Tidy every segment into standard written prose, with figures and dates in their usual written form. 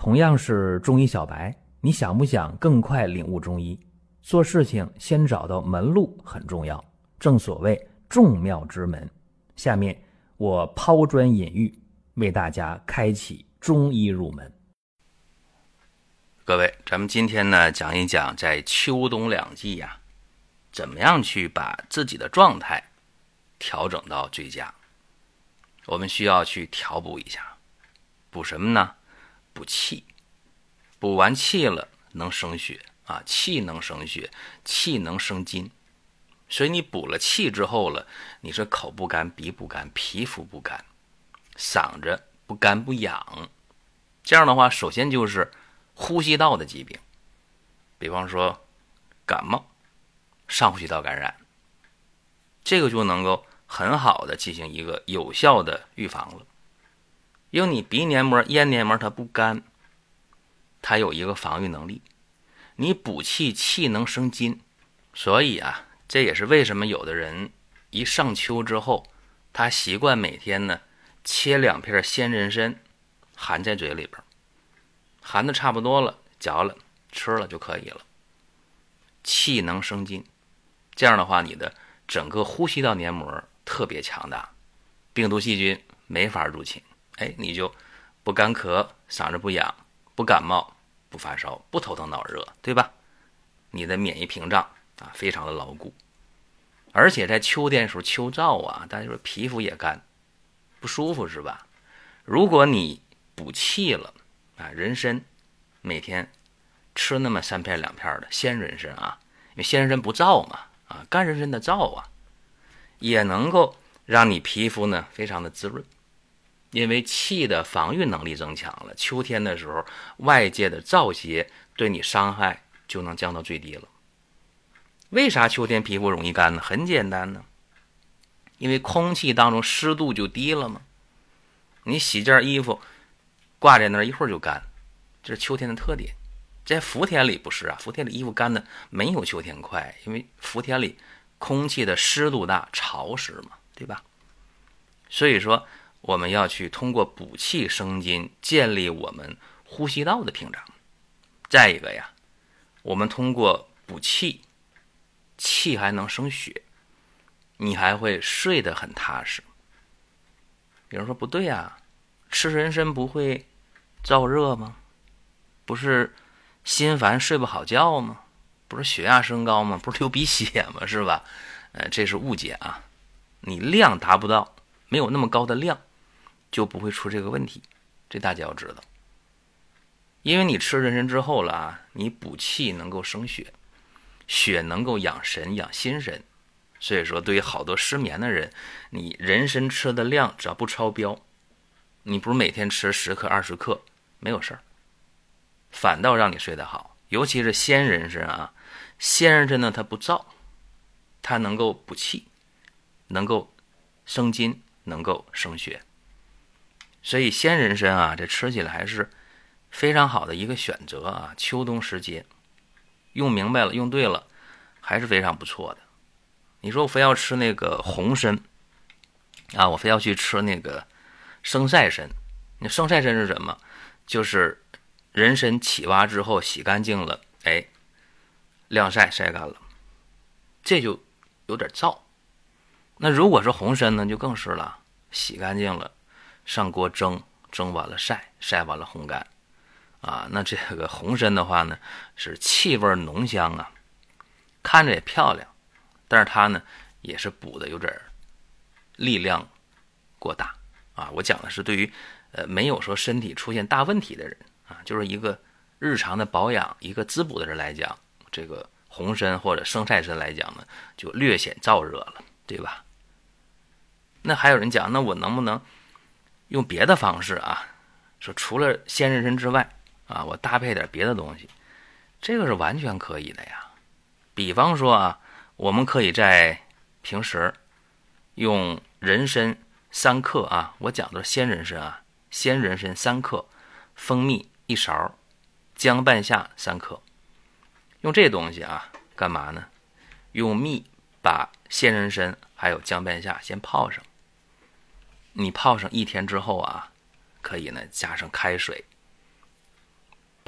同样是中医小白，你想不想更快领悟中医？做事情先找到门路很重要，正所谓众妙之门。下面我抛砖引玉，为大家开启中医入门。 各位，咱们今天呢讲一讲在秋冬两季呀，怎么样去把自己的状态调整到最佳。我们需要去调补一下，补什么呢？补气。补完气了能生血啊，气能生血，气能生津。所以你补了气之后了，你是口不干，鼻不干，皮肤不干，嗓子不干不痒。这样的话，首先就是呼吸道的疾病，比方说感冒、上呼吸道感染，这个就能够很好的进行一个有效的预防了。因为你鼻黏膜、咽黏膜它不干，它有一个防御能力，你补气，气能生津。所以啊，这也是为什么有的人一上秋之后，他习惯每天呢切2片鲜人参含在嘴里边，含的差不多了，嚼了吃了就可以了。气能生津，这样的话你的整个呼吸道黏膜特别强大，病毒细菌没法入侵，你就不干咳，嗓子不痒，不感冒，不发烧，不头疼脑热，对吧？你的免疫屏障啊非常的牢固。而且在秋天的时候，秋燥啊，大家说皮肤也干，不舒服是吧？如果你补气了啊，人参每天吃那么3片2片的鲜人参啊，因为鲜人参不燥嘛，啊，干人参的燥啊，也能够让你皮肤呢非常的滋润。因为气的防御能力增强了，秋天的时候外界的燥邪对你伤害就能降到最低了。为啥秋天皮肤容易干呢？很简单呢，因为空气当中湿度就低了嘛。你洗件衣服挂在那儿一会儿就干，这是秋天的特点。在伏天里不是啊，伏天里衣服干的没有秋天快，因为伏天里空气的湿度大，潮湿嘛，对吧？所以说我们要去通过补气生津，建立我们呼吸道的屏障。再一个呀，我们通过补气，气还能生血，你还会睡得很踏实。有人说不对啊，吃人参不会燥热吗？不是心烦睡不好觉吗？不是血压升高吗？不是流鼻血吗？是吧？这是误解啊，你量达不到，没有那么高的量，就不会出这个问题，这大家要知道。因为你吃人参之后了啊，你补气能够生血，血能够养神养心神，所以说对于好多失眠的人，你人参吃的量只要不超标，你不是每天吃10克20克没有事儿，反倒让你睡得好。尤其是鲜人参啊，鲜人参呢它不燥，它能够补气，能够生津，能够生血。所以鲜人参啊，这吃起来还是非常好的一个选择啊。秋冬时节用明白了，用对了，还是非常不错的。你说我非要吃那个红参啊，我非要去吃那个生晒参。那生晒参是什么？就是人参起蛙之后洗干净了，晾晒晒干了，这就有点燥。那如果是红参呢，就更是了，洗干净了上锅蒸，蒸完了晒，晒完了烘干啊。那这个红参的话呢，是气味浓香啊，看着也漂亮，但是它呢也是补的有点力量过大啊。我讲的是对于没有说身体出现大问题的人啊，就是一个日常的保养一个滋补的人来讲，这个红参或者生晒参来讲呢，就略显燥热了，对吧？那还有人讲，那我能不能用别的方式啊，说除了鲜人参之外啊，我搭配点别的东西，这个是完全可以的呀。比方说啊，我们可以在平时用人参3克啊，我讲的是鲜人参啊，鲜人参3克，蜂蜜1勺，姜半夏3克。用这东西啊干嘛呢？用蜜把鲜人参还有姜半夏先泡上，你泡上1天之后啊，可以呢加上开水，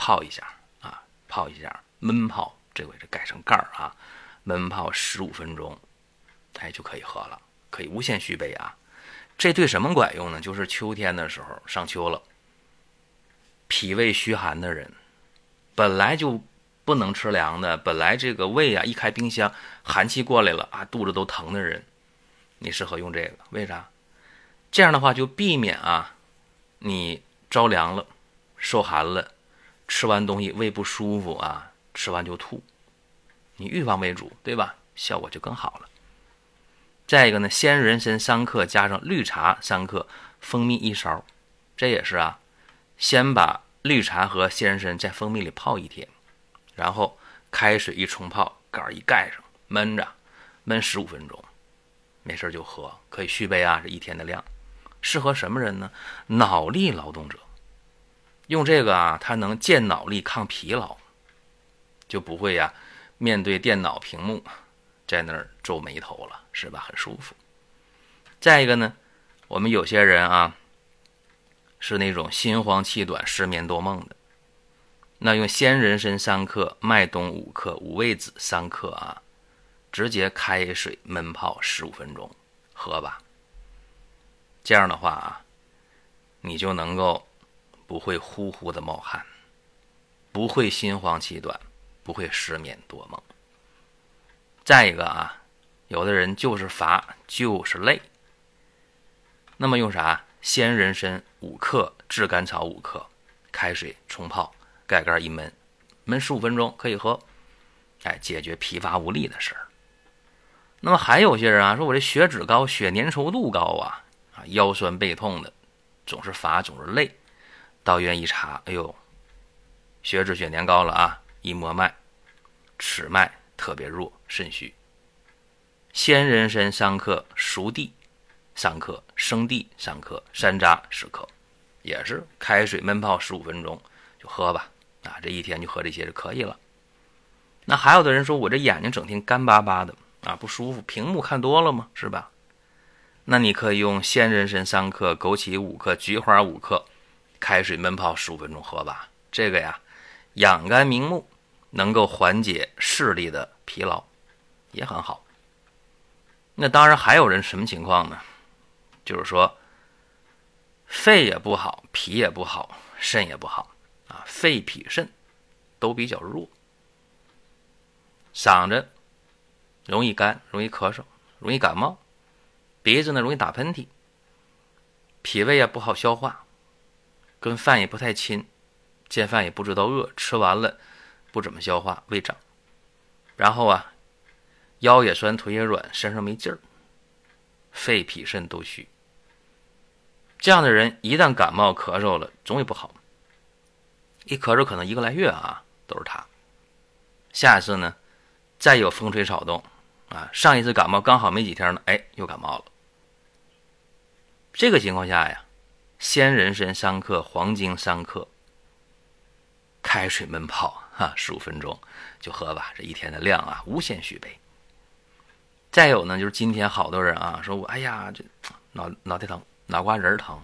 泡一下啊，泡一下，闷泡，这回是改成盖儿啊，闷泡15分钟，就可以喝了，可以无限续杯啊。这对什么管用呢？就是秋天的时候，上秋了，脾胃虚寒的人，本来就不能吃凉的，本来这个胃啊一开冰箱寒气过来了啊，肚子都疼的人，你适合用这个。为啥？这样的话就避免啊你着凉了受寒了，吃完东西胃不舒服啊，吃完就吐，你预防为主，对吧？效果就更好了。再一个呢，鲜人参3克加上绿茶3克，蜂蜜1勺，这也是啊，先把绿茶和鲜人参在蜂蜜里泡1天，然后开水一冲泡，盖一盖上，焖着，焖15分钟，没事就喝，可以续杯啊，这1天的量。适合什么人呢？脑力劳动者，用这个啊，它能健脑力抗疲劳，就不会呀面对电脑屏幕在那儿皱眉头了，是吧？很舒服。再一个呢，我们有些人啊是那种心慌气短、失眠多梦的，那用鲜人参3克、麦冬5克、五味子3克啊，直接开水焖泡15分钟喝吧。这样的话啊，你就能够不会呼呼的冒汗，不会心慌气短，不会失眠多梦。再一个啊，有的人就是乏就是累，那么用啥？鲜人参5克、炙甘草5克，开水冲泡，盖盖一焖，焖15分钟可以喝，解决疲乏无力的事儿。那么还有些人啊，说我这血脂高，血粘稠度高啊，腰酸背痛的，总是乏总是累，到医院一查，哎呦，血脂血粘高了啊，一摸脉，尺脉特别弱，肾虚。鲜人参3克，熟地3克，生地3克，山楂10克，也是开水焖泡15分钟就喝吧，这1天就喝这些就可以了。那还有的人说我这眼睛整天干巴巴的不舒服，屏幕看多了吗？是吧？那你可以用鲜人参3克，枸杞5克，菊花5克，开水焖泡15分钟喝吧。这个呀，养肝明目，能够缓解视力的疲劳，也很好。那当然还有人什么情况呢？就是说肺也不好，脾也不好，肾也不好肺脾肾都比较弱，嗓子容易干，容易咳嗽，容易感冒，鼻子呢容易打喷嚏，脾胃不好消化，跟饭也不太亲，见饭也不知道饿，吃完了不怎么消化，胃胀，然后腰也酸，腿也软，身上没劲儿，肺脾肾都虚。这样的人一旦感冒咳嗽了，总也不好，一咳嗽可能1个来月都是他。下一次呢，再有风吹草动上一次感冒刚好没几天呢，又感冒了。这个情况下呀，鲜人参3克，黄精3克，开水焖泡15分钟就喝吧，这1天的量无限续杯。再有呢，就是今天好多人说我这脑袋疼，脑瓜仁疼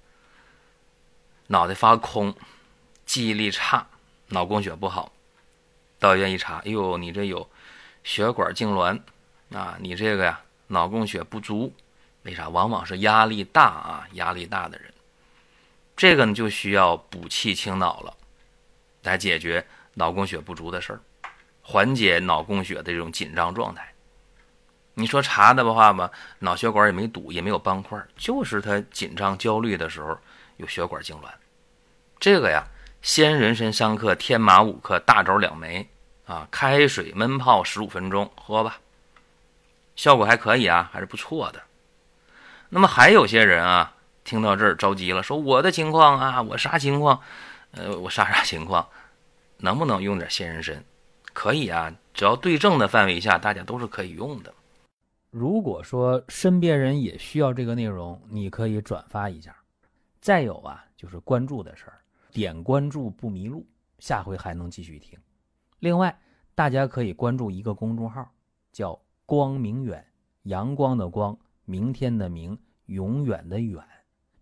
脑袋发空，记忆力差，脑供血不好，到医院一查，哎呦，你这有血管痉挛你这个脑供血不足。为啥？往往是压力大压力大的人，这个呢就需要补气清脑了，来解决脑供血不足的事儿，缓解脑供血的这种紧张状态。你说查的话吧，脑血管也没堵，也没有斑块，就是他紧张焦虑的时候有血管痉挛。这个鲜人参3克，天麻5克，大枣2枚开水焖泡15分钟喝吧，效果还可以还是不错的。那么还有些人听到这儿着急了，说我的情况我啥情况？我啥情况？能不能用点鲜人参？可以只要对症的范围下，大家都是可以用的。 如果说身边人也需要这个内容，你可以转发一下。再有就是关注的事儿，点关注不迷路，下回还能继续听。另外，大家可以关注一个公众号，叫光明远，阳光的光，明天的明，永远的远。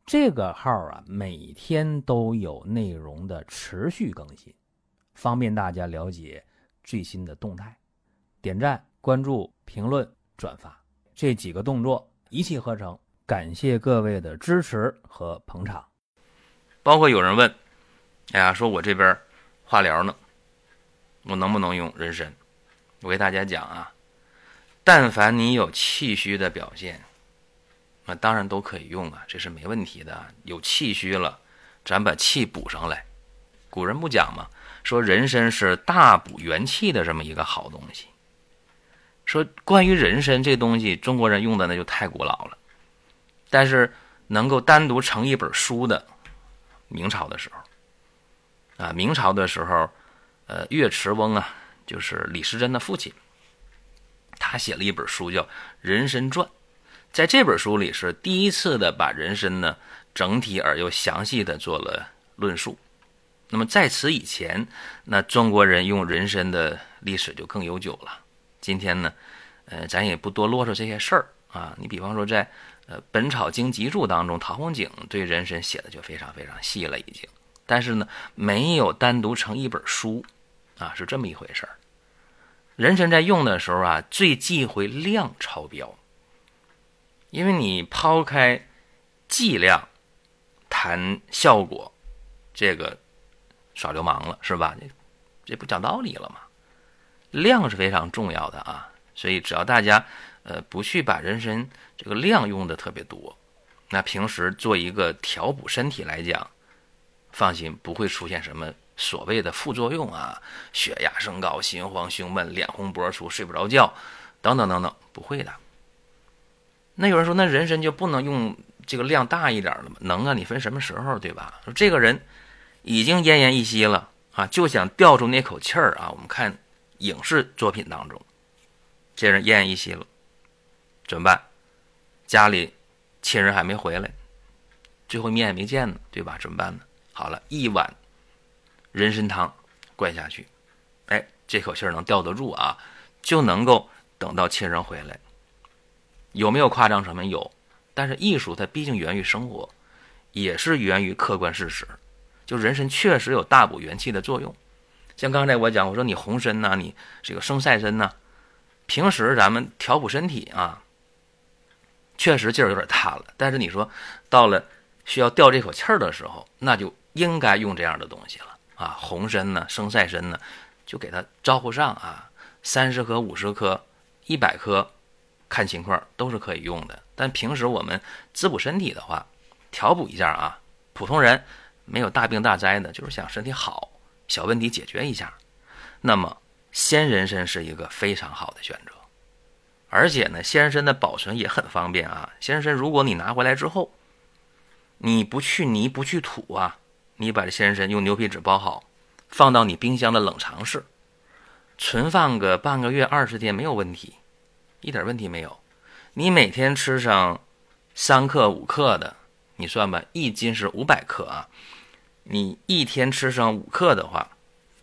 这个号啊，每天都有内容的持续更新，方便大家了解最新的动态。点赞、关注、评论、转发这几个动作一气呵成，感谢各位的支持和捧场。 包括有人问，哎呀，说我这边化疗呢，我能不能用人参？我给大家讲啊，但凡你有气虚的表现，那当然都可以用啊，这是没问题的。有气虚了，咱把气补上来。古人不讲吗？说人参是大补元气的这么一个好东西。说关于人参这东西，中国人用的那就太古老了。但是能够单独成一本书的，明朝的时候啊，明朝的时候，岳池翁啊，就是李时珍的父亲，他写了一本书叫《人参传》。在这本书里是第一次的把人参呢整体而又详细的做了论述。那么在此以前，那中国人用人参的历史就更悠久了。今天呢，咱也不多啰嗦这些事儿啊。你比方说在本草经集注当中，陶弘景对人参写的就非常非常细了已经，但是呢没有单独成一本书啊，是这么一回事儿。人参在用的时候啊，最忌讳量超标。因为你抛开剂量谈效果，这个耍流氓了是吧？这不讲道理了吗？量是非常重要的啊，所以只要大家不去把人参这个量用的特别多，那平时做一个调补身体来讲，放心不会出现什么所谓的副作用啊，血压升高、心慌胸闷、脸红脖粗、睡不着觉等等等等，不会的。那有人说，那人参就不能用这个量大一点的吗？能啊，你分什么时候，对吧？说这个人已经奄奄一息了啊，就想吊住那口气儿啊。我们看影视作品当中，这人奄奄一息了，怎么办？家里亲人还没回来，最后面也没见呢，对吧？怎么办呢？好了，一碗人参汤灌下去，哎，这口气儿能吊得住啊，就能够等到亲人回来。有没有夸张成分？有，但是艺术它毕竟源于生活，也是源于客观事实。就人参确实有大补元气的作用。像刚才我讲，我说你红参呐，你这个生晒参呐，平时咱们调补身体啊，确实劲儿有点大了。但是你说到了需要吊这口气儿的时候，那就应该用这样的东西了啊。红参呢，生晒参呢，就给它招呼上啊，30克、50克、100克。看情况都是可以用的，但平时我们滋补身体的话，调补一下啊。普通人没有大病大灾的，就是想身体好，小问题解决一下。那么鲜人参是一个非常好的选择，而且呢，鲜人参的保存也很方便啊。鲜人参如果你拿回来之后，你不去泥不去土啊，你把这鲜人参用牛皮纸包好，放到你冰箱的冷藏室，存放个半个月、20天没有问题。一点问题没有。你每天吃上3克、5克的，你算吧，1斤是500克啊。你一天吃上5克的话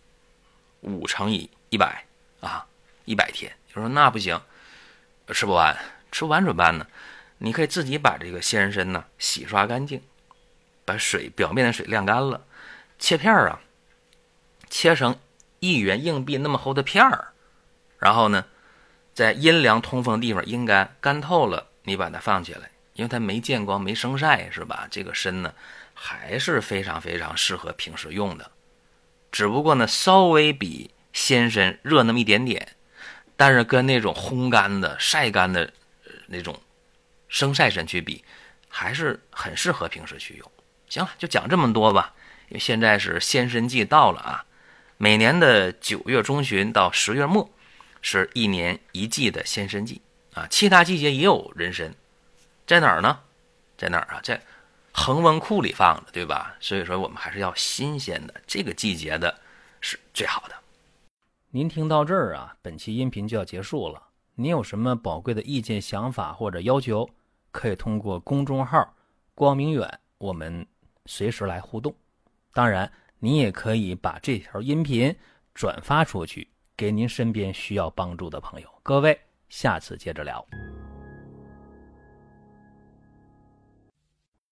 ，5乘以100啊，100天。就说那不行，吃不完，吃不完怎么办呢？你可以自己把这个鲜人参呢洗刷干净，把水表面的水晾干了，切片啊，切成1元硬币那么厚的片儿，然后呢在阴凉通风的地方阴干，干透了你把它放起来，因为它没见光没生晒是吧？这个参呢还是非常非常适合平时用的，只不过呢稍微比鲜参热那么一点点，但是跟那种烘干的晒干的那种生晒参去比，还是很适合平时去用。行了，就讲这么多吧，因为现在是鲜参季到了啊，每年的9月中旬到10月末是1年1季的鲜参季啊，其他季节也有人参，在哪儿呢？在哪儿啊？在恒温库里放的，对吧？所以说我们还是要新鲜的，这个季节的是最好的。 您听到这儿啊，本期音频就要结束了。您有什么宝贵的意见、想法或者要求，可以通过公众号光明远，我们随时来互动。当然，您也可以把这条音频转发出去，给您身边需要帮助的朋友。各位，下次接着聊。